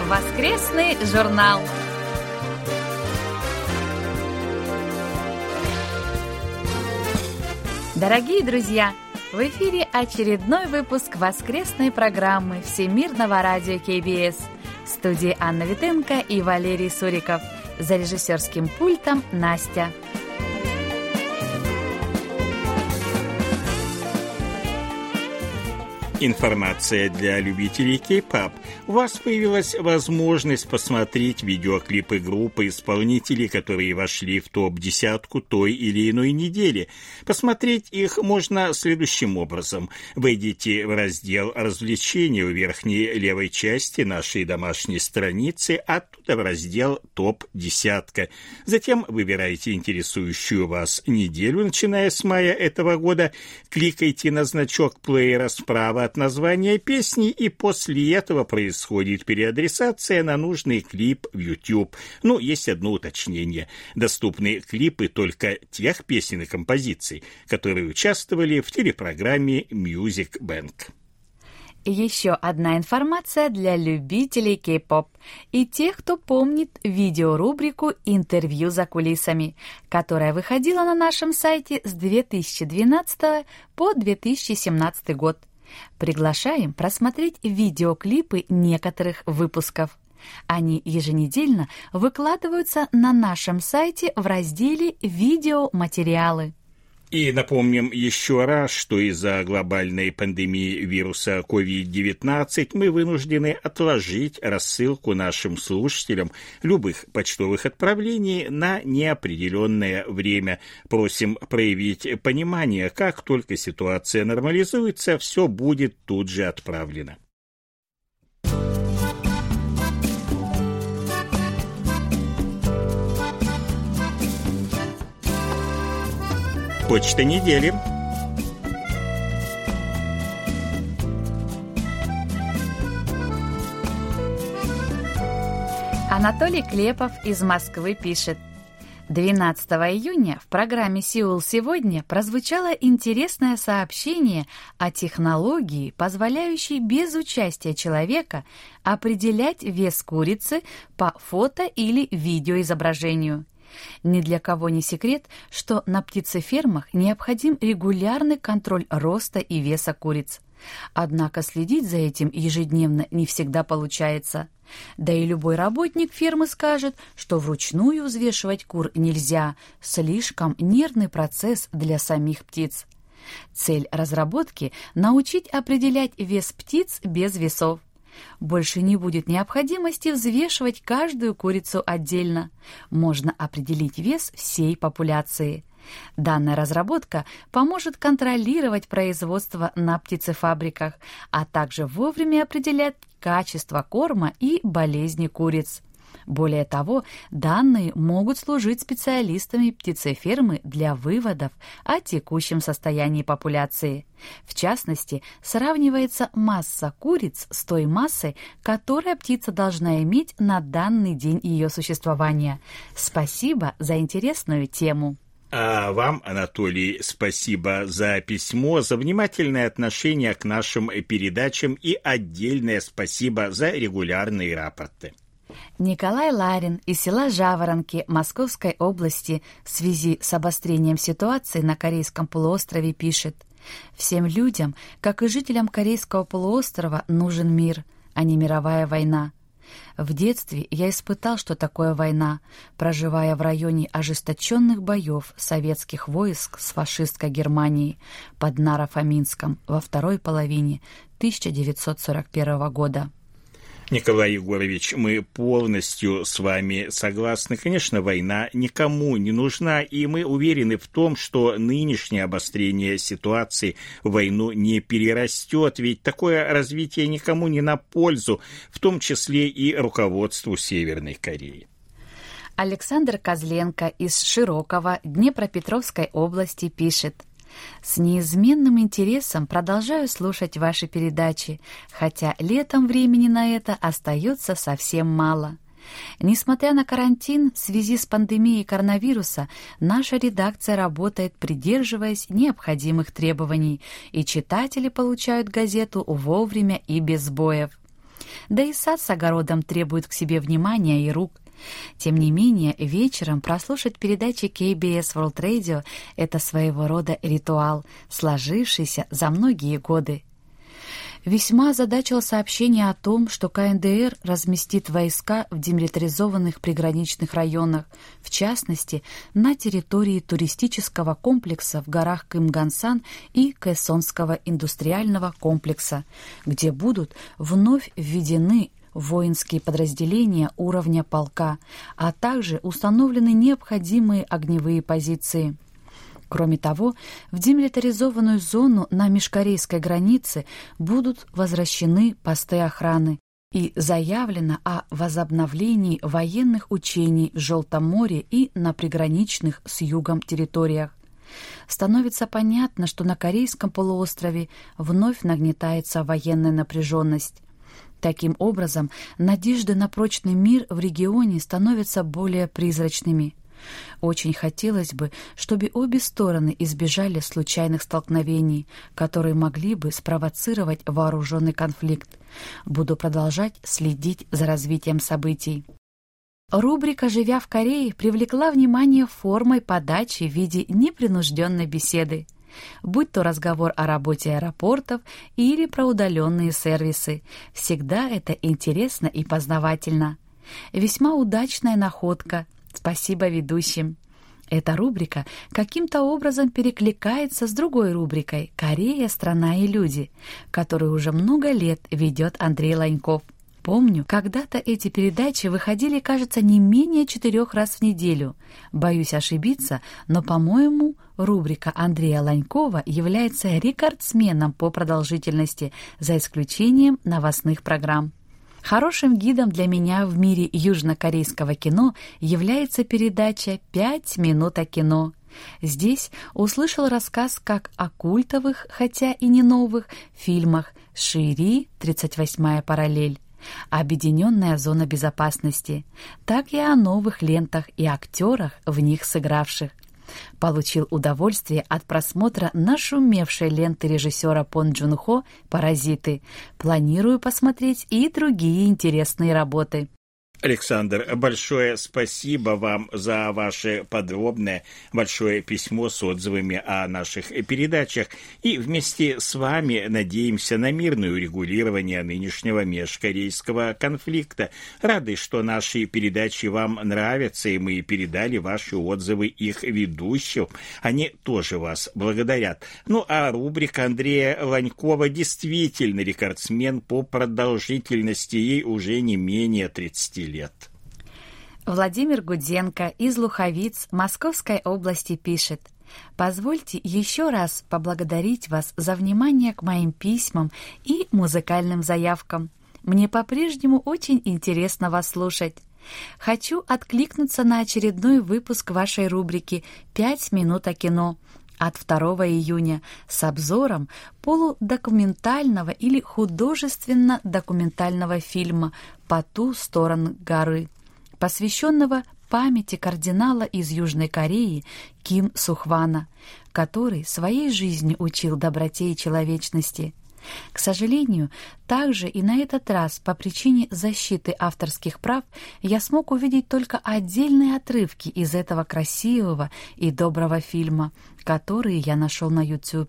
Воскресный журнал. Дорогие друзья, в эфире очередной выпуск воскресной программы Всемирного радио КБС. В студии Анна Витенко и Валерий Суриков. За режиссерским пультом Настя. Информация для любителей кей-поп. У вас появилась возможность посмотреть видеоклипы группы исполнителей, которые вошли в топ-10 той или иной недели. Посмотреть их можно следующим образом. Войдите в раздел «Развлечения» в верхней левой части нашей домашней страницы, оттуда в раздел «Топ-10». Затем выбирайте интересующую вас неделю, начиная с мая этого года. Кликайте на значок плеера справа от названия песни, и после этого происходит переадресация на нужный клип в YouTube. Но есть одно уточнение. Доступны клипы только тех песен и композиций, которые участвовали в телепрограмме Music Bank. Еще одна информация для любителей кей-поп и тех, кто помнит видеорубрику «Интервью за кулисами», которая выходила на нашем сайте с 2012 по 2017 год. Приглашаем просмотреть видеоклипы некоторых выпусков. Они еженедельно выкладываются на нашем сайте в разделе «Видеоматериалы». И напомним еще раз, что из-за глобальной пандемии вируса COVID-19 мы вынуждены отложить рассылку нашим слушателям любых почтовых отправлений на неопределенное время. Просим проявить понимание, как только ситуация нормализуется, все будет тут же отправлено. Почта недели. Анатолий Клепов из Москвы пишет. 12 июня в программе «Сеул сегодня» прозвучало интересное сообщение о технологии, позволяющей без участия человека определять вес курицы по фото- или видеоизображению. Ни для кого не секрет, что на птицефермах необходим регулярный контроль роста и веса куриц. Однако следить за этим ежедневно не всегда получается. Да и любой работник фермы скажет, что вручную взвешивать кур нельзя, слишком нервный процесс для самих птиц. Цель разработки – научить определять вес птиц без весов. Больше не будет необходимости взвешивать каждую курицу отдельно. Можно определить вес всей популяции. Данная разработка поможет контролировать производство на птицефабриках, а также вовремя определять качество корма и болезни куриц. Более того, данные могут служить специалистами птицефермы для выводов о текущем состоянии популяции. В частности, сравнивается масса куриц с той массой, которую птица должна иметь на данный день ее существования. Спасибо за интересную тему. А вам, Анатолий, спасибо за письмо, за внимательное отношение к нашим передачам и отдельное спасибо за регулярные рапорты. Николай Ларин из села Жаворонки Московской области в связи с обострением ситуации на Корейском полуострове пишет: «Всем людям, как и жителям Корейского полуострова, нужен мир, а не мировая война. В детстве я испытал, что такое война, проживая в районе ожесточенных боев советских войск с фашистской Германией под Наро-Фоминском во второй половине 1941 года». Николай Егорович, мы полностью с вами согласны. Конечно, война никому не нужна, и мы уверены в том, что нынешнее обострение ситуации в войну не перерастет, ведь такое развитие никому не на пользу, в том числе и руководству Северной Кореи. Александр Козленко из Широкого Днепропетровской области пишет: «С неизменным интересом продолжаю слушать ваши передачи, хотя летом времени на это остается совсем мало. Несмотря на карантин, в связи с пандемией коронавируса, наша редакция работает, придерживаясь необходимых требований, и читатели получают газету вовремя и без сбоев. да и сад с огородом требует к себе внимания и рук. Тем не менее, вечером прослушать передачи KBS World Radio – это своего рода ритуал, сложившийся за многие годы. Весьма озадачило сообщение о том, что КНДР разместит войска в демилитаризованных приграничных районах, в частности, на территории туристического комплекса в горах Кымгансан и Кэсонского индустриального комплекса, где будут вновь введены воинские подразделения уровня полка, а также установлены необходимые огневые позиции. Кроме того, в демилитаризованную зону на межкорейской границе будут возвращены посты охраны и заявлено о возобновлении военных учений в Желтом море и на приграничных с югом территориях. Становится понятно, что на Корейском полуострове вновь нагнетается военная напряженность. Таким образом, надежды на прочный мир в регионе становятся более призрачными. Очень хотелось бы, чтобы обе стороны избежали случайных столкновений, которые могли бы спровоцировать вооруженный конфликт. Буду продолжать следить за развитием событий. Рубрика «Живя в Корее» привлекла внимание формой подачи в виде непринужденной беседы. Будь то разговор о работе аэропортов или про удаленные сервисы, всегда это интересно и познавательно. Весьма удачная находка. Спасибо ведущим. Эта рубрика каким-то образом перекликается с другой рубрикой «Корея. Страна и люди», которую уже много лет ведет Андрей Ланьков. Помню, когда-то эти передачи выходили, кажется, не менее 4 раз в неделю. Боюсь ошибиться, но, по-моему, рубрика Андрея Ланькова является рекордсменом по продолжительности, за исключением новостных программ. Хорошим гидом для меня в мире южнокорейского кино является передача «5 минут о кино». Здесь услышал рассказ как о культовых, хотя и не новых, фильмах «Шири», «38-я параллель», «Объединенная зона безопасности», так и о новых лентах и актерах, в них сыгравших. Получил удовольствие от просмотра нашумевшей ленты режиссера Пон Джун Хо «Паразиты». Планирую посмотреть и другие интересные работы. Александр, большое спасибо вам за ваше подробное большое письмо с отзывами о наших передачах. И вместе с вами надеемся на мирное урегулирование нынешнего межкорейского конфликта. Рады, что наши передачи вам нравятся, и мы передали ваши отзывы их ведущим. Они тоже вас благодарят. Ну, а рубрика Андрея Ланькова действительно рекордсмен по продолжительности, ей уже не менее 30 лет. Владимир Гудзенко из Луховиц Московской области пишет: «Позвольте еще раз поблагодарить вас за внимание к моим письмам и музыкальным заявкам. Мне по-прежнему очень интересно вас слушать. Хочу откликнуться на очередной выпуск вашей рубрики «5 минут о кино» от 2 июня с обзором полудокументального или художественно-документального фильма «По ту сторону горы», посвященного памяти кардинала из Южной Кореи Ким Сухвана, который своей жизнью учил доброте и человечности. К сожалению, также и на этот раз по причине защиты авторских прав я смог увидеть только отдельные отрывки из этого красивого и доброго фильма, которые я нашел на YouTube.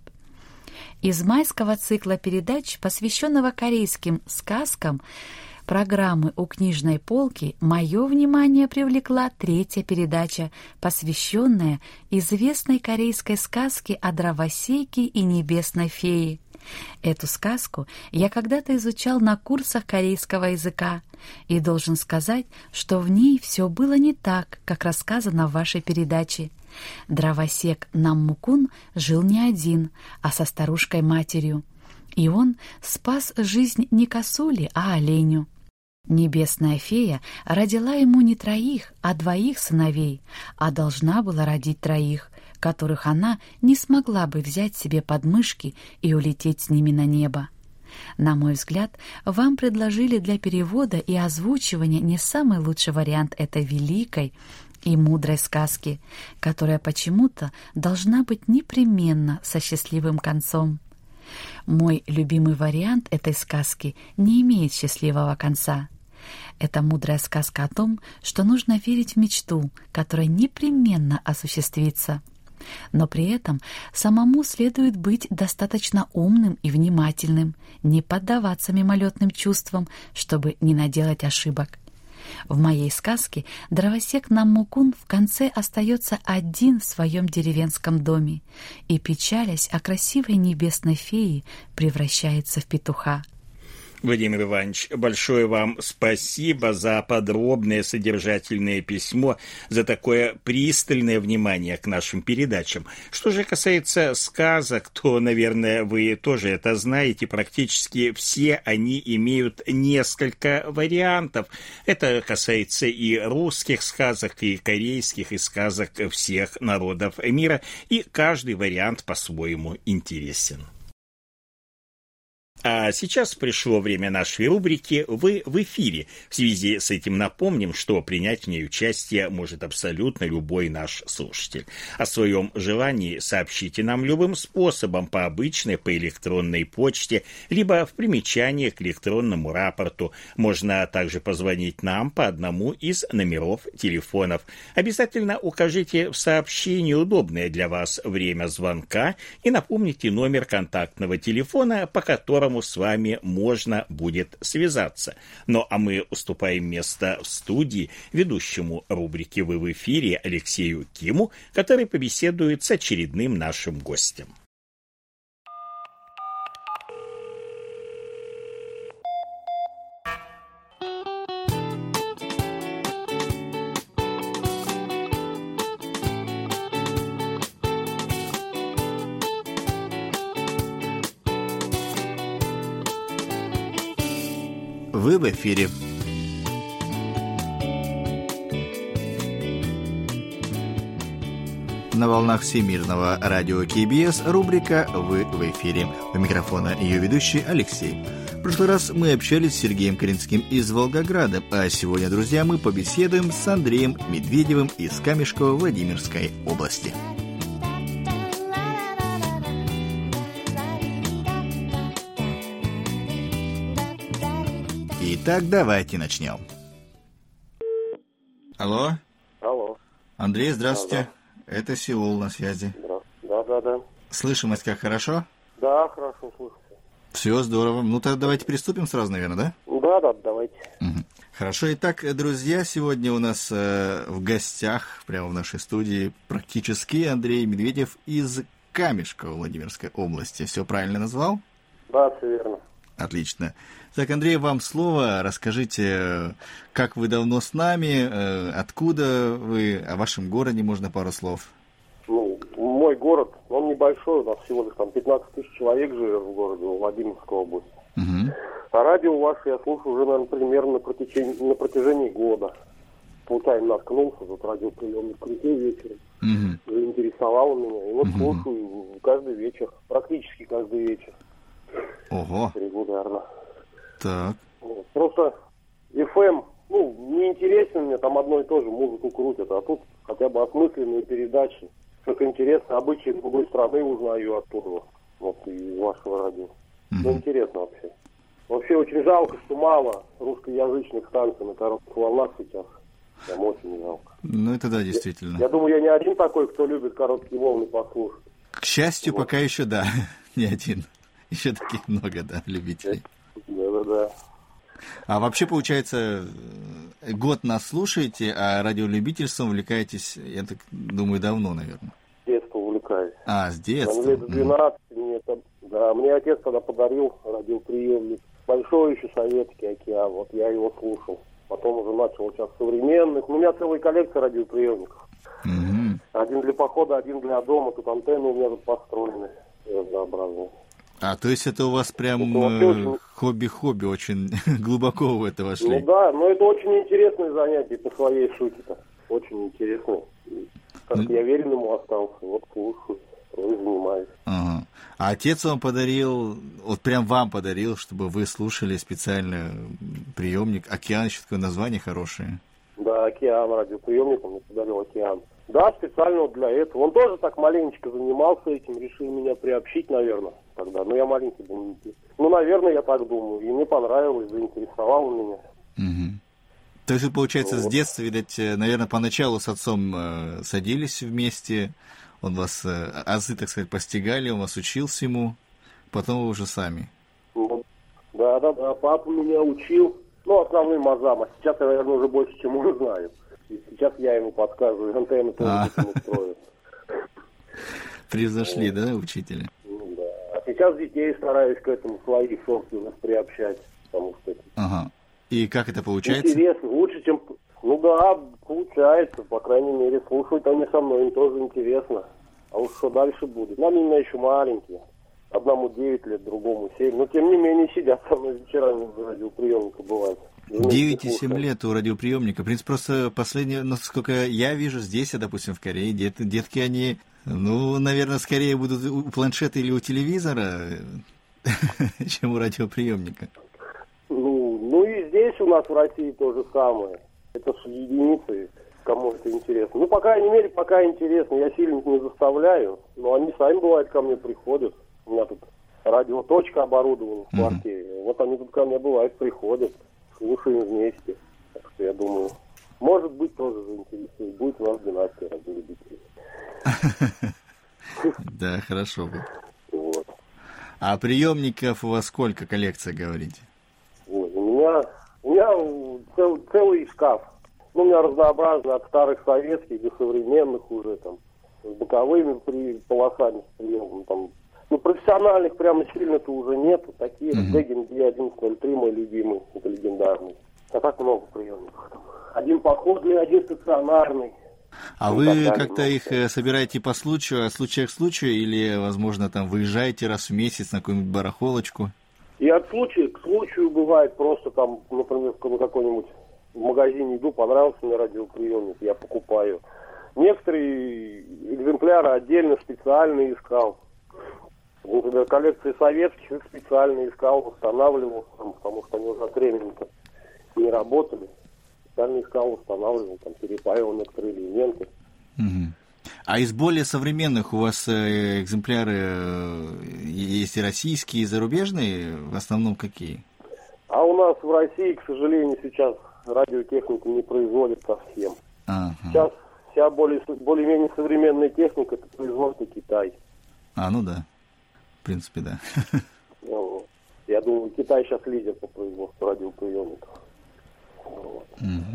Из майского цикла передач, посвященного корейским сказкам, программы «У книжной полки», мое внимание привлекла 3-я передача, посвященная известной корейской сказке о дровосеке и небесной фее. Эту сказку я когда-то изучал на курсах корейского языка, и должен сказать, что в ней все было не так, как рассказано в вашей передаче. Дровосек Наммукун жил не один, а со старушкой-матерью, и он спас жизнь не косуле, а оленю. Небесная фея родила ему не 3, а 2 сыновей, а должна была родить 3, которых она не смогла бы взять себе под мышки и улететь с ними на небо. На мой взгляд, вам предложили для перевода и озвучивания не самый лучший вариант этой великой и мудрой сказки, которая почему-то должна быть непременно со счастливым концом. Мой любимый вариант этой сказки не имеет счастливого конца. Это мудрая сказка о том, что нужно верить в мечту, которая непременно осуществится. Но при этом самому следует быть достаточно умным и внимательным, не поддаваться мимолетным чувствам, чтобы не наделать ошибок. В моей сказке дровосек Наммукун в конце остается один в своем деревенском доме и, печалясь о красивой небесной фее, превращается в петуха. Владимир Иванович, большое вам спасибо за подробное содержательное письмо, за такое пристальное внимание к нашим передачам. Что же касается сказок, то, наверное, вы тоже это знаете, практически все они имеют несколько вариантов. Это касается и русских сказок, и корейских, и сказок всех народов мира, и каждый вариант по-своему интересен. А сейчас пришло время нашей рубрики «Вы в эфире». В связи с этим напомним, что принять в ней участие может абсолютно любой наш слушатель. О своем желании сообщите нам любым способом, по обычной, по электронной почте, либо в примечании к электронному рапорту. Можно также позвонить нам по одному из номеров телефонов. Обязательно укажите в сообщении удобное для вас время звонка и напомните номер контактного телефона, по которому с вами можно будет связаться. Ну а мы уступаем место в студии ведущему рубрики «Вы в эфире» Алексею Киму, который побеседует с очередным нашим гостем. Вы в эфире. На волнах Всемирного радио КБС рубрика «Вы в эфире». У микрофона ее ведущий Алексей. В прошлый раз мы общались с Сергеем Коринским из Волгограда, а сегодня, друзья, мы побеседуем с Андреем Медведевым из Камешкова Владимирской области. Итак, давайте начнем. Алло. Алло. Андрей, здравствуйте. Да. Это Сеул на связи. Да. Слышимость как, хорошо? Да, хорошо слышно. Все здорово. Ну, тогда давайте приступим сразу, наверное, да? Да, давайте. Угу. Хорошо. Итак, друзья, сегодня у нас в гостях, прямо в нашей студии, практически Андрей Медведев из Камешкова Владимирской области. Все правильно назвал? Да, все верно. Отлично. Так, Андрей, вам слово. Расскажите, как вы давно с нами, откуда вы, о вашем городе можно пару слов? Ну, мой город, он небольшой, у нас всего лишь там 15 тысяч человек живет в городе Владимирской области. Угу. А радио ваше я слушаю уже, наверное, примерно на протяжении года. Случайно наткнулся, тут радиоприемник крутил вечером, заинтересовал меня. И вот слушаю каждый вечер, практически каждый вечер. Ого. Регулярно. Так. Просто FM, не интересен мне, там одно и то же, музыку крутят, а тут хотя бы осмысленные передачи. Как интересно, обычаи другой страны узнаю оттуда, вот из вашего радио. Интересно вообще. Вообще очень жалко, что мало русскоязычных станций на коротких волнах сейчас. Прям очень жалко. Ну, это да, действительно. Я думаю, я не один такой, кто любит короткие волны послушать. К счастью, вот. Пока еще да, не один. Еще таких много, да, любителей. Да. А вообще, получается, год нас слушаете, а радиолюбительством увлекаетесь, я так думаю, давно, наверное. С детства увлекаюсь. С детства. Мне лет 12, мне отец тогда подарил радиоприемник. Большой еще советский «Океан», вот я его слушал. Потом уже начал сейчас современных. У меня целая коллекция радиоприемников. Один для похода, один для дома. Тут антенны у меня тут построены разнообразные. То есть это у вас прям хобби-хобби, очень глубоко в это вошли. Ну да, но это очень интересное занятие по своей сути-то. Очень интересное. Как я верен ему остался, вот слушаю, занимаюсь. Ага. А отец вам подарил, вот прям вам подарил, чтобы вы слушали специально приемник «Океан», еще такое название хорошее. Да, «Океан», радиоприемник, он мне подарил «Океан». Да, специально вот для этого. Он тоже так маленечко занимался этим, решил меня приобщить, наверное, тогда. Но я маленький был. Ну, наверное, я так думаю. И мне понравилось, заинтересовал меня. Угу. То есть вы, получается, с детства, видать, наверное, поначалу с отцом садились вместе, он вас азы, так сказать, постигали, он вас учил всему, потом вы уже сами. Да, папа меня учил, ну, основным азам, а сейчас я, наверное, уже больше, чем он знает. И сейчас я ему подсказываю, антенны тоже устрою. Превзошли, да, учителя? Да. А сейчас детей стараюсь к этому своих собственных приобщать, потому что... Ага. И как это получается? Интересно, лучше, чем... Ну да, получается, по крайней мере, слушают они со мной, им тоже интересно. А уж что дальше будет? Ну, они у меня еще маленькие. Одному 9 лет, другому 7. Но, тем не менее, сидят со мной вечерами в радиоприемника, бывает. 9 и 7 лет у радиоприемника. В принципе, просто последнее, насколько я вижу здесь, допустим, в Корее, детки, они, ну, наверное, скорее будут у планшета или у телевизора, чем у радиоприемника. Ну и здесь у нас в России то же самое. Это же единицы, кому это интересно. Ну, по крайней мере, пока интересно. Я сильно не заставляю, но они сами, бывает, ко мне приходят. У меня тут радиоточка оборудована в квартире. Вот они тут ко мне, бывает, приходят. Слушаем вместе. Так что я думаю, может быть, тоже заинтересует. Будет у нас династия радиолюбителей. Да, хорошо бы. Вот. А приемников у вас сколько, коллекция, говорите? Ой, у меня целый шкаф. Ну, у меня разнообразно от старых советских до современных уже там с боковыми полосами с приемом. Там, ну, профессиональных прямо сильно-то уже нету. Такие Дегин D1103 мой любимый, это легендарный. А так много приемников. Один походный, один стационарный. А вы как-то их собираете по случаю, от случая к случаю, или, возможно, там выезжаете раз в месяц на какую-нибудь барахолочку? И от случая к случаю бывает просто там, например, в какой-нибудь в магазине иду, понравился мне радиоприемник, я покупаю. Некоторые экземпляры отдельно специально искал. Например, коллекции советских их специально искал, устанавливал, потому что они уже от времени-то не работали. Специально искал, устанавливал, там, перепаивал некоторые элементы. Угу. А из более современных у вас экземпляры есть и российские, и зарубежные? В основном какие? А у нас в России, к сожалению, сейчас радиотехнику не производят совсем. Ага. Сейчас вся более-менее современная техника это производство Китай. Ну да. В принципе, да. Я думаю, Китай сейчас лидер по производству радиоприемников. Вот.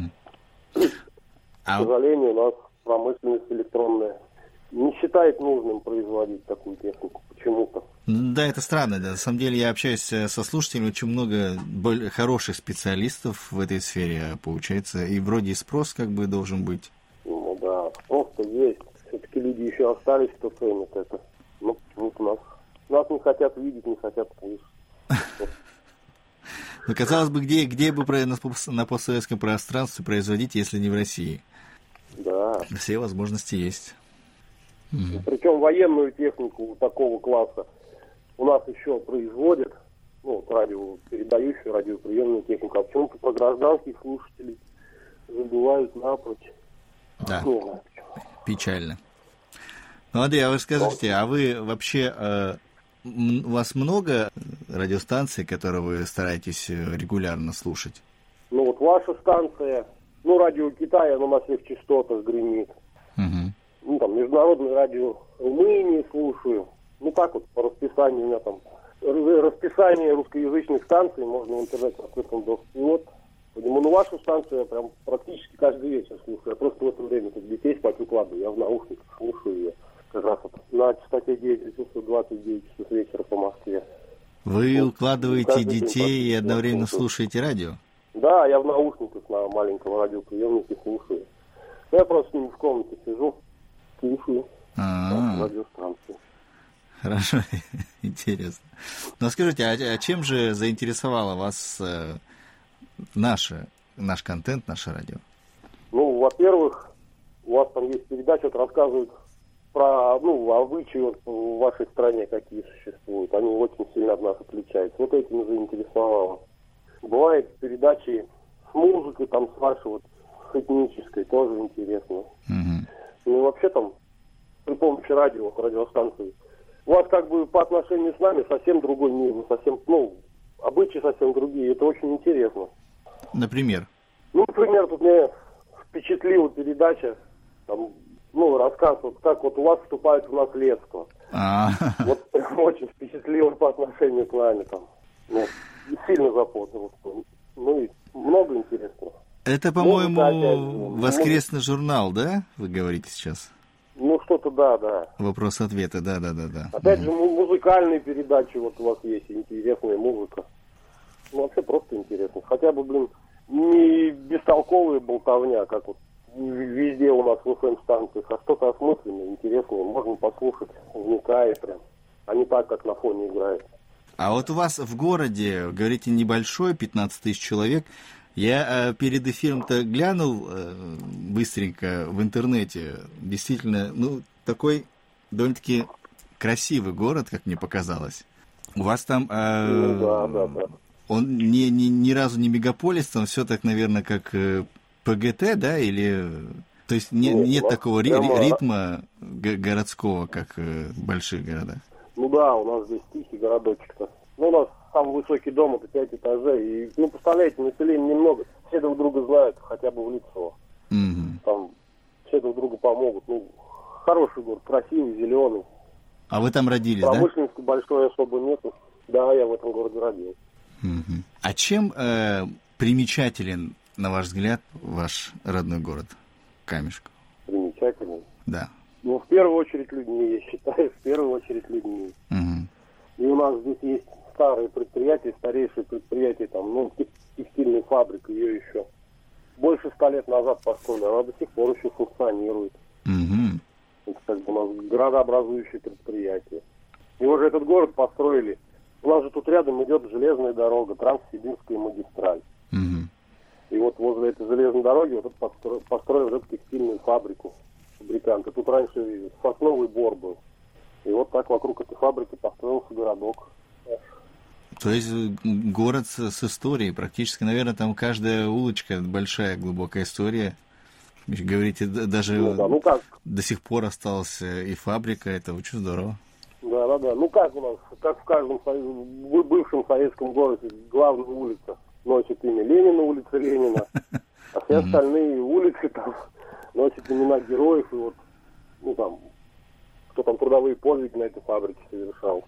К сожалению, у нас промышленность электронная не считает нужным производить такую технику почему-то. Да, это странно. Да. На самом деле я общаюсь со слушателями, очень много хороших специалистов в этой сфере получается. И вроде и спрос как бы должен быть. Ну да, спрос-то есть. Все-таки люди еще остались, кто ценит это. Ну, вот нас не хотят видеть, не хотят слышать. Ну, казалось бы, где бы на постсоветском пространстве производить, если не в России? Да. Все возможности есть. Причем военную технику такого класса у нас еще производят, ну, передающую радиоприемную технику, а почему-то про гражданских слушателей забывают напрочь. Да, печально. Ну, Андрей, а вы скажите, а вы вообще, у вас много радиостанций, которые вы стараетесь регулярно слушать? Ну, вот ваша станция, ну, радио Китая, оно на всех частотах гремит. Ну, там, международное радио Румынии слушаю. Ну, так вот, по расписанию у меня там, расписание русскоязычных станций, можно в интернете в открытом доступе. Вот, ну, вашу станцию я прям практически каждый вечер слушаю. Я просто в это время тут детей спать укладываю, я в наушниках слушаю ее. Как раз вот на частоте 929 часов вечера по Москве. Вы укладываете детей и одновременно слушаете радио? Да, я в наушниках на маленьком радиоприемнике слушаю. Я просто с ними в комнате сижу, слушаю радиостанцию. Хорошо, интересно. Ну, скажите, а чем же заинтересовало вас наш контент, наше радио? Ну, во-первых, у вас там есть передача, вот рассказывают про, обычаи в вашей стране, какие существуют. Они очень сильно от нас отличаются. Вот этим заинтересовало. Бывают передачи с музыкой, там, с вашей, вот, с этнической, тоже интересно. Ну и вообще там при помощи радиостанции. У вас как бы по отношению с нами совсем другой мир, совсем, обычаи совсем другие. Это очень интересно. Например? Ну, например, тут мне впечатлила передача, там, рассказ, вот как вот у вас вступает в наследство. Вот очень впечатлило по отношению к нами там. Сильно запомнил. Ну и много интересного. Это, по-моему, воскресный журнал, да? Вы говорите сейчас? Ну, что-то да. Вопрос-ответы, да. Опять же, музыкальные передачи вот у вас есть, интересная музыка. Вообще просто интересно. Хотя бы, не бестолковая болтовня, как вот везде у нас в FM-станциях, а что-то осмысленное, интересное, можно послушать, вникая прям, а не так, как на фоне играет. А вот у вас в городе, говорите, небольшой, 15 тысяч человек. Я перед эфиром-то глянул быстренько в интернете. Действительно, такой довольно-таки красивый город, как мне показалось. У вас там... Да. Он ни разу не мегаполис, он все так, наверное, как ПГТ, да, или... То есть нет такого ритма городского, как в больших городах? Ну да, у нас здесь тихий городочек-то. У нас самый высокий дом, это 5 этажей. И, представляете, населения немного. Все друг друга знают хотя бы в лицо. Там все друг другу помогут. Хороший город, красивый, зеленый. А вы там родились, да? Промышленности большой особо нету. Да, я в этом городе родился. А чем примечателен, на ваш взгляд, ваш родной город Камешково? Примечателен? Да. В первую очередь людьми, я считаю, людьми. И у нас здесь есть старые предприятия, старейшие предприятия, там, текстильная фабрика, ее еще больше 100 лет назад построили, она до сих пор еще функционирует. Это как бы у нас градообразующее предприятие. И уже этот город построили. У нас же тут рядом идет железная дорога, Транссибирская магистраль. И вот возле этой железной дороги построили уже текстильную фабрику фабриканты. Тут раньше сосновый бор был. И вот так вокруг этой фабрики построился городок. То есть город с историей. Практически, наверное, там каждая улочка большая, глубокая история. Говорите, даже до сих пор осталась и фабрика. Это очень здорово. Да. Как у нас, как в каждом бывшем советском городе, главная улица носит имя Ленина, улица Ленина, а все остальные улицы там носят имена героев, и вот, кто там трудовые подвиги на этой фабрике совершал.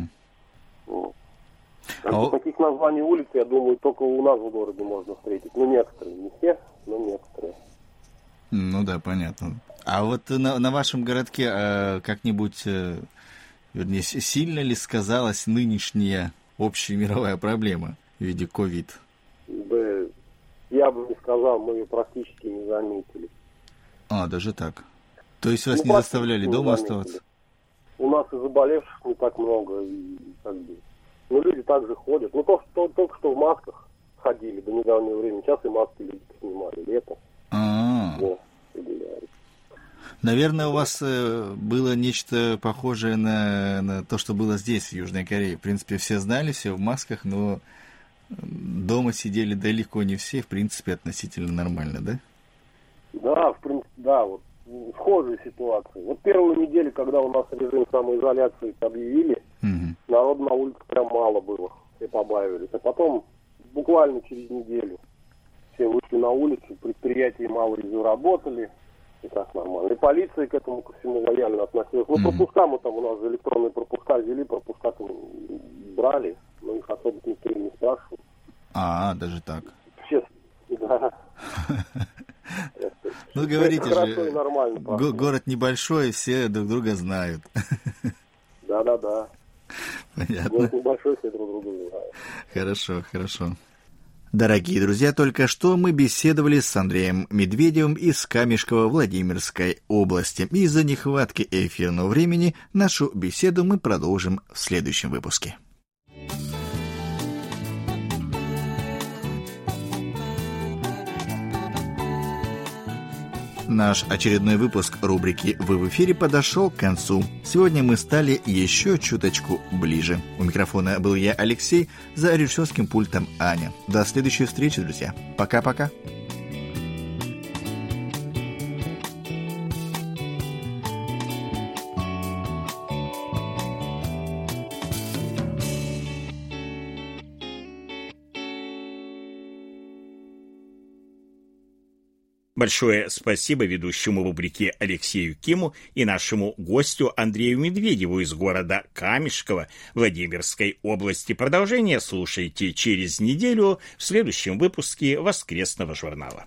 Таких названий улиц, я думаю, только у нас в городе можно встретить. Некоторые, не все, но некоторые. Да, понятно. А вот на вашем городке как-нибудь... Вернее, сильно ли сказалась нынешняя общая мировая проблема в виде ковид? Да, я бы не сказал, мы ее практически не заметили. Даже так? То есть вас не заставляли дома оставаться? У нас и заболевших не так много, и люди также ходят. Только что в масках ходили до недавнего времени. Сейчас и маски люди снимали, лето. Наверное, у вас было нечто похожее на то, что было здесь, в Южной Корее. В принципе, все знали, все в масках, но дома сидели далеко не все, в принципе, относительно нормально, да? Да, в принципе, да, вот схожая ситуация. Вот первую неделю, когда у нас режим самоизоляции объявили, народу на улице прям мало было, все побавились. А потом, буквально через неделю, все вышли на улицу, предприятия мало и заработали. И так нормально. И полиция к этому ко всему лояльно относилась. Пропуска мы там у нас электронные пропуска ввели, пропуска там брали, но их особо никто не спрашивал. Даже так. Да. Говорите же, город небольшой, все друг друга знают. Да. Понятно. Город небольшой, все друг друга знают. Хорошо. Дорогие друзья, только что мы беседовали с Андреем Медведевым из Камешково Владимирской области. Из-за нехватки эфирного времени нашу беседу мы продолжим в следующем выпуске. Наш очередной выпуск рубрики «Вы в эфире» подошел к концу. Сегодня мы стали еще чуточку ближе. У микрофона был я, Алексей, за режиссерским пультом Аня. До следующей встречи, друзья. Пока-пока. Большое спасибо ведущему рубрики Алексею Киму и нашему гостю Андрею Медведеву из города Камешково Владимирской области. Продолжение слушайте через неделю в следующем выпуске «Воскресного журнала».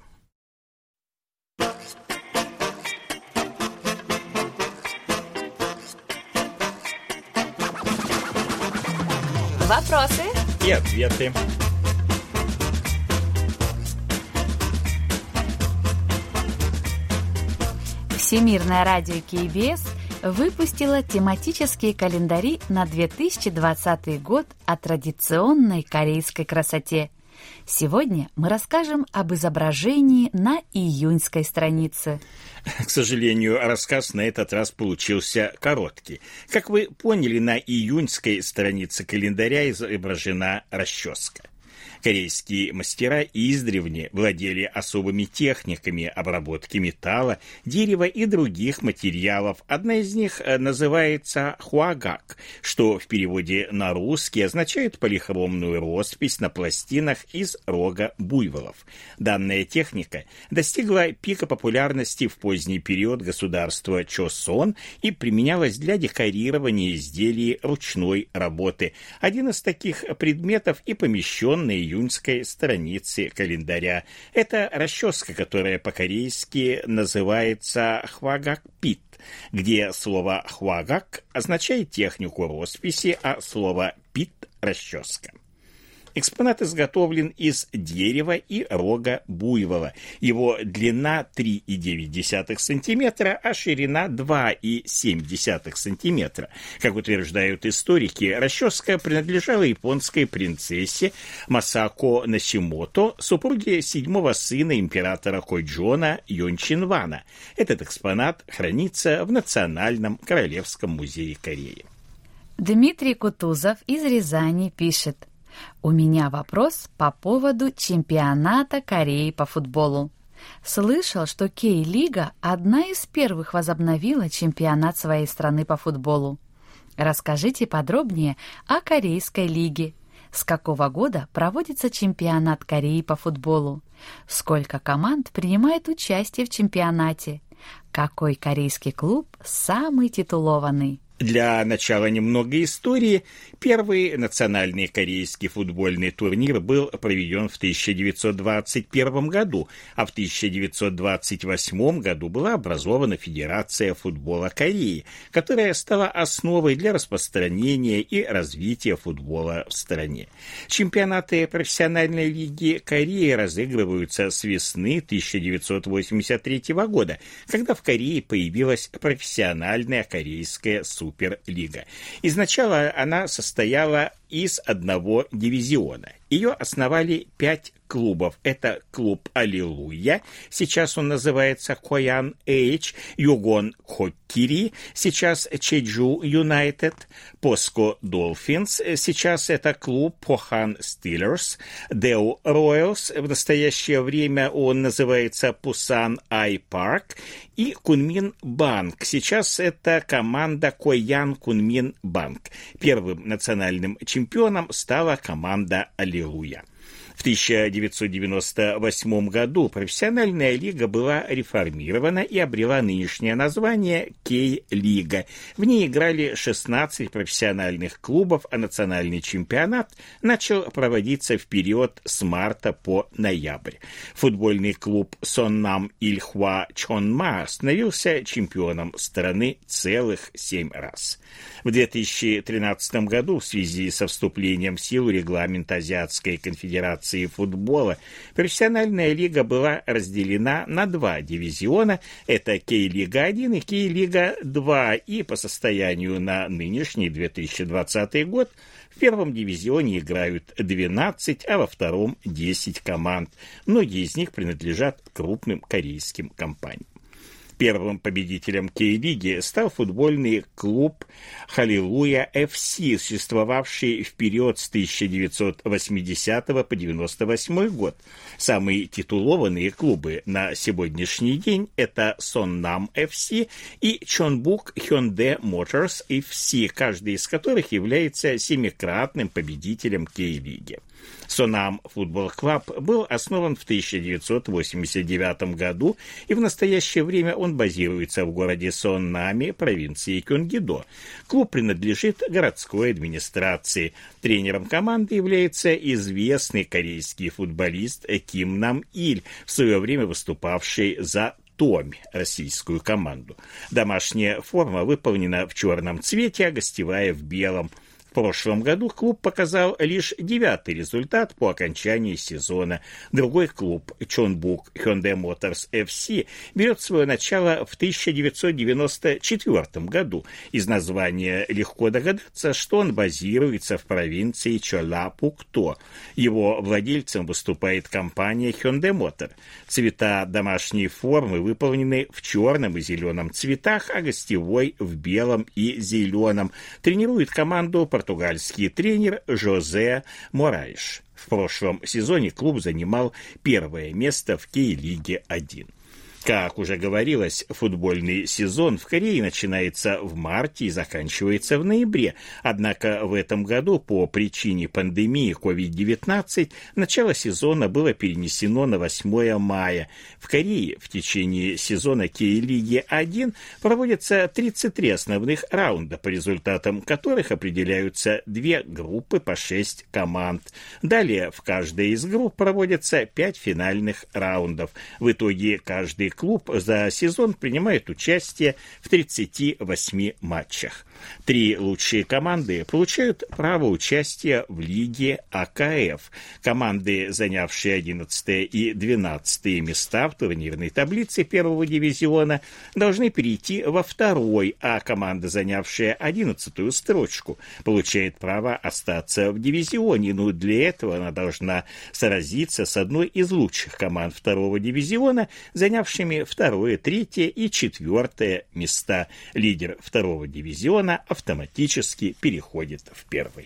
Вопросы и ответы. Всемирное радио КБС выпустило тематические календари на 2020 год о традиционной корейской красоте. Сегодня мы расскажем об изображении на июньской странице. К сожалению, рассказ на этот раз получился короткий. Как вы поняли, на июньской странице календаря изображена расческа. Корейские мастера издревле владели особыми техниками обработки металла, дерева и других материалов. Одна из них называется хвагак, что в переводе на русский означает полихромную роспись на пластинах из рога буйволов. Данная техника достигла пика популярности в поздний период государства Чосон и применялась для декорирования изделий ручной работы. Один из таких предметов и помещен на июньской странице календаря. Это расческа, которая по-корейски называется хвагакпит, где слово хвагак означает технику росписи, а слово пит – расческа. Экспонат изготовлен из дерева и рога буйвола. Его длина 3,9 см, а ширина 2,7 см. Как утверждают историки, расческа принадлежала японской принцессе Масако Насимото, супруге седьмого сына императора Койджона Йончинвана. Этот экспонат хранится в Национальном Королевском музее Кореи. Дмитрий Кутузов из Рязани пишет: «У меня вопрос по поводу чемпионата Кореи по футболу. Слышал, что Кей-лига одна из первых возобновила чемпионат своей страны по футболу. Расскажите подробнее о Корейской лиге. С какого года проводится чемпионат Кореи по футболу? Сколько команд принимает участие в чемпионате? Какой корейский клуб самый титулованный?» Для начала немного истории. Первый национальный корейский футбольный турнир был проведен в 1921 году, а в 1928 году была образована Федерация футбола Кореи, которая стала основой для распространения и развития футбола в стране. Чемпионаты профессиональной лиги Кореи разыгрываются с весны 1983 года, когда в Корее появилась профессиональная корейская Суперлига. Изначально она состояла из одного дивизиона. Ее основали 5 клубов. Это клуб «Аллилуйя», сейчас он называется «Коян Эйч», «Югон Хоккири», сейчас «Чеджу Юнайтед», «Поско Долфинс», сейчас это клуб «Похан Стиллерс», «Деу Роялс», в настоящее время он называется «Пусан Ай Парк», и «Кунмин Банк», сейчас это команда «Коян Кунмин Банк». Первым национальным чемпионом стала команда «Аллилуйя». В 1998 году профессиональная лига была реформирована и обрела нынешнее название Кей-лига. В ней играли 16 профессиональных клубов, а национальный чемпионат начал проводиться в период с марта по ноябрь. Футбольный клуб Соннам Ильхва Чонма становился чемпионом страны целых 7 раз. В 2013 году в связи со вступлением в силу регламента Азиатской конфедерации футбола профессиональная лига была разделена на 2 дивизиона. Это Кей-лига-1 и Кей-лига-2. И по состоянию на нынешний 2020 год в первом дивизионе играют 12, а во втором 10 команд. Многие из них принадлежат крупным корейским компаниям. Первым победителем Кей-лиги стал футбольный клуб «Халилуя ФС», существовавший в период с 1980 по 1998 год. Самые титулованные клубы на сегодняшний день – это Соннам ФС и Чонбук Hyundai Motors ФС, каждый из которых является 7-кратным победителем Кей-лиги. Сонам Футбол Клаб был основан в 1989 году, и в настоящее время он базируется в городе Соннаме, провинции Кёнгидо. Клуб принадлежит городской администрации. Тренером команды является известный корейский футболист Ким Нам Иль, в свое время выступавший за Томи, российскую команду. Домашняя форма выполнена в черном цвете, а гостевая в белом. В прошлом году клуб показал лишь 9-й результат по окончании сезона. Другой клуб, Чонбук Hyundai Motors FC, берет свое начало в 1994 году. Из названия легко догадаться, что он базируется в провинции Чола-Пукто. Его владельцем выступает компания Hyundai Motor. Цвета домашней формы выполнены в черном и зеленом цветах, а гостевой в белом и зеленом. Тренирует команду португальский тренер Жозе Мораиш. В прошлом сезоне клуб занимал первое место в Кей-лиге 1. Как уже говорилось, футбольный сезон в Корее начинается в марте и заканчивается в ноябре. Однако в этом году по причине пандемии COVID-19 начало сезона было перенесено на 8 мая. В Корее в течение сезона Кей-лиги 1 проводятся 33 основных раунда, по результатам которых определяются 2 группы по 6 команд. Далее в каждой из групп проводятся 5 финальных раундов. В итоге каждый клуб за сезон принимает участие в 38 матчах. 3 лучшие команды получают право участия в лиге АКФ. Команды, занявшие 11 и 12 места в турнирной таблице первого дивизиона, должны перейти во второй, а команда, занявшая 11-ю строчку, получает право остаться в дивизионе. Но для этого она должна сразиться с одной из лучших команд второго дивизиона, занявшими 2, 3 и 4 места. Лидер второго дивизиона автоматически переходит в первый.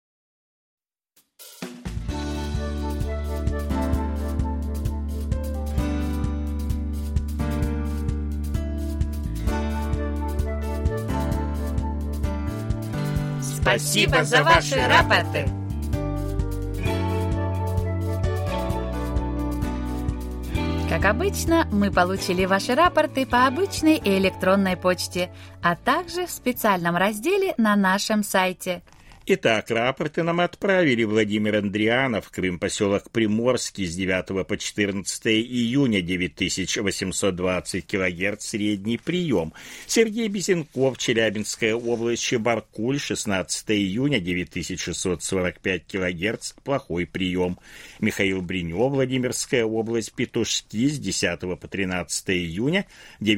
Спасибо за ваши рапорты! Как обычно, мы получили ваши рапорты по обычной и электронной почте, а также в специальном разделе на нашем сайте. Итак, рапорты нам отправили Владимир Андрианов, Крым, поселок Приморский, с 9 по 14 июня, 9820 кГц, средний прием. Сергей Безенков, Челябинская область, Чебаркуль, 16 июня, 9645 кГц, плохой прием. Михаил Бринев, Владимирская область, Петушки, с 10 по 13 июня,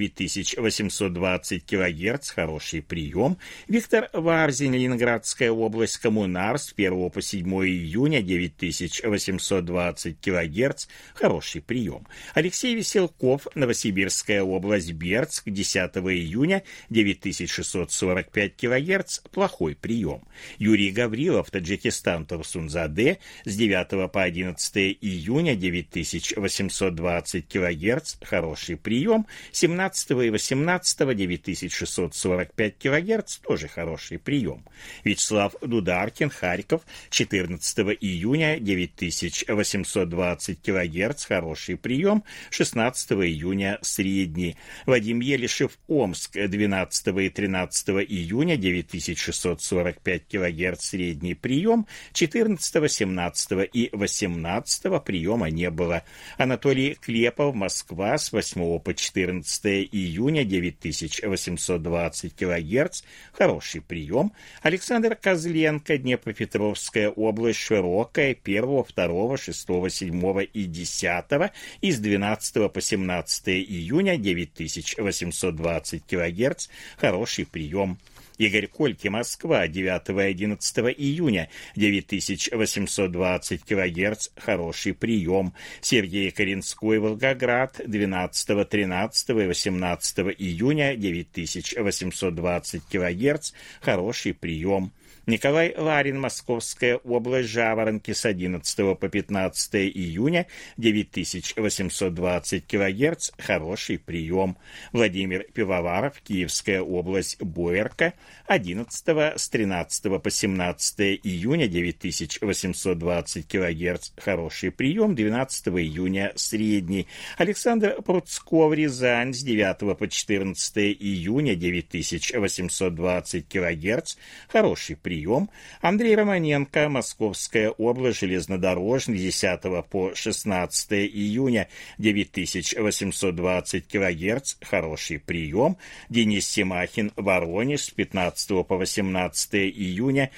9820 кГц, хороший прием. Виктор Варзин, Ленинградская область, Коммунар, с 1 по 7 июня, 9820 кГц, хороший прием. Алексей Веселков, Новосибирская область, Бердск, 10 июня, 9645 кГц, плохой прием. Юрий Гаврилов, Таджикистан, Турсунзаде, с 9 по 11 июня, 9820 кГц, хороший прием. 17 и 18 9645 кГц, тоже хороший прием. Вячеслав Дударкин, Харьков, 14 июня, 9820 кГц, хороший прием, 16 июня, средний. Вадим Елишев, Омск, 12 и 13 июня, 9645 кГц, средний прием, 14, 17 и 18 приема не было. Анатолий Клепов, Москва, с 8 по 14 июня, 9820 кГц, хороший прием. Александр Козленко, Днепропетровская область, Широкая, 1, 2, 6, 7 и 10, и с 12 по 17 июня, 9820 кГц, хороший прием. Игорь Кольки, Москва, 9 и 11 июня, 9820 кГц, хороший прием. Сергей Коренской, Волгоград, 12, 13 и 18 июня, 9820 кГц, хороший прием. Николай Ларин, Московская область, Жаворонки, с 11 по 15 июня, 9820 кГц, хороший прием. Владимир Пивоваров, Киевская область, Боярка, 11 с 13 по 17 июня 9820 кГц хороший прием, 12 июня средний. Александр Пруцков, Рязань, с 9 по 14 июня 9820 кГц хороший прием. Андрей Романенко, Московская область, железнодорожный, 10 по 16 июня 9820 кГц хороший прием. Денис Семахин, Воронеж, с 15 по 18 июня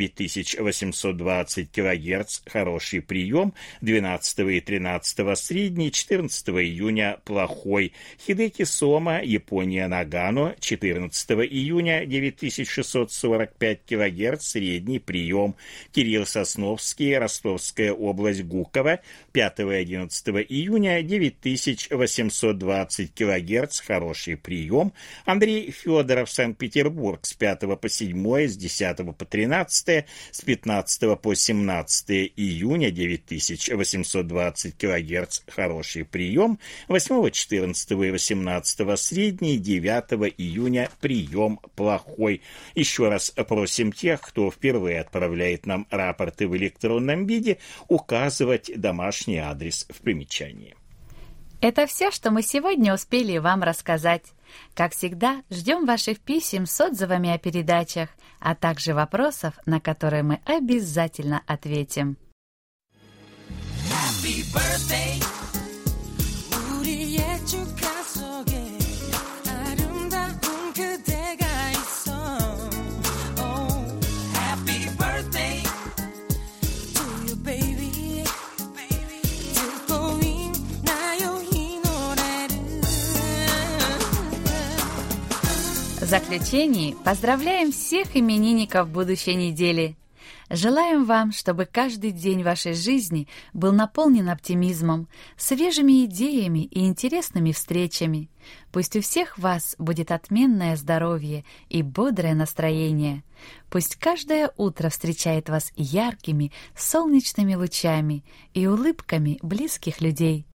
9820 кГц хороший прием, 12 и 13 средний, 14 июня плохой. Хидеки Сома, Япония, Нагано, 14 июня 9645 кГц средний прием. Кирилл Сосновский, Ростовская область, Гуково, 5 и 11 июня 9820 кГц хороший прием. Андрей Федоров, Санкт-Петербург, с 5 по 7, с 10 по 13, с 15 по 17 июня 9820 кГц хороший прием, 8, 14 и 18 средний, 9 июня прием плохой. Еще раз просим тех, кто впервые отправляет нам рапорты в электронном виде, указывать домашний адрес в примечании. Это все, что мы сегодня успели вам рассказать. Как всегда, ждем ваших писем с отзывами о передачах, а также вопросов, на которые мы обязательно ответим. Happy birthday. В заключении поздравляем всех именинников будущей недели. Желаем вам, чтобы каждый день вашей жизни был наполнен оптимизмом, свежими идеями и интересными встречами. Пусть у всех вас будет отменное здоровье и бодрое настроение. Пусть каждое утро встречает вас яркими, солнечными лучами и улыбками близких людей.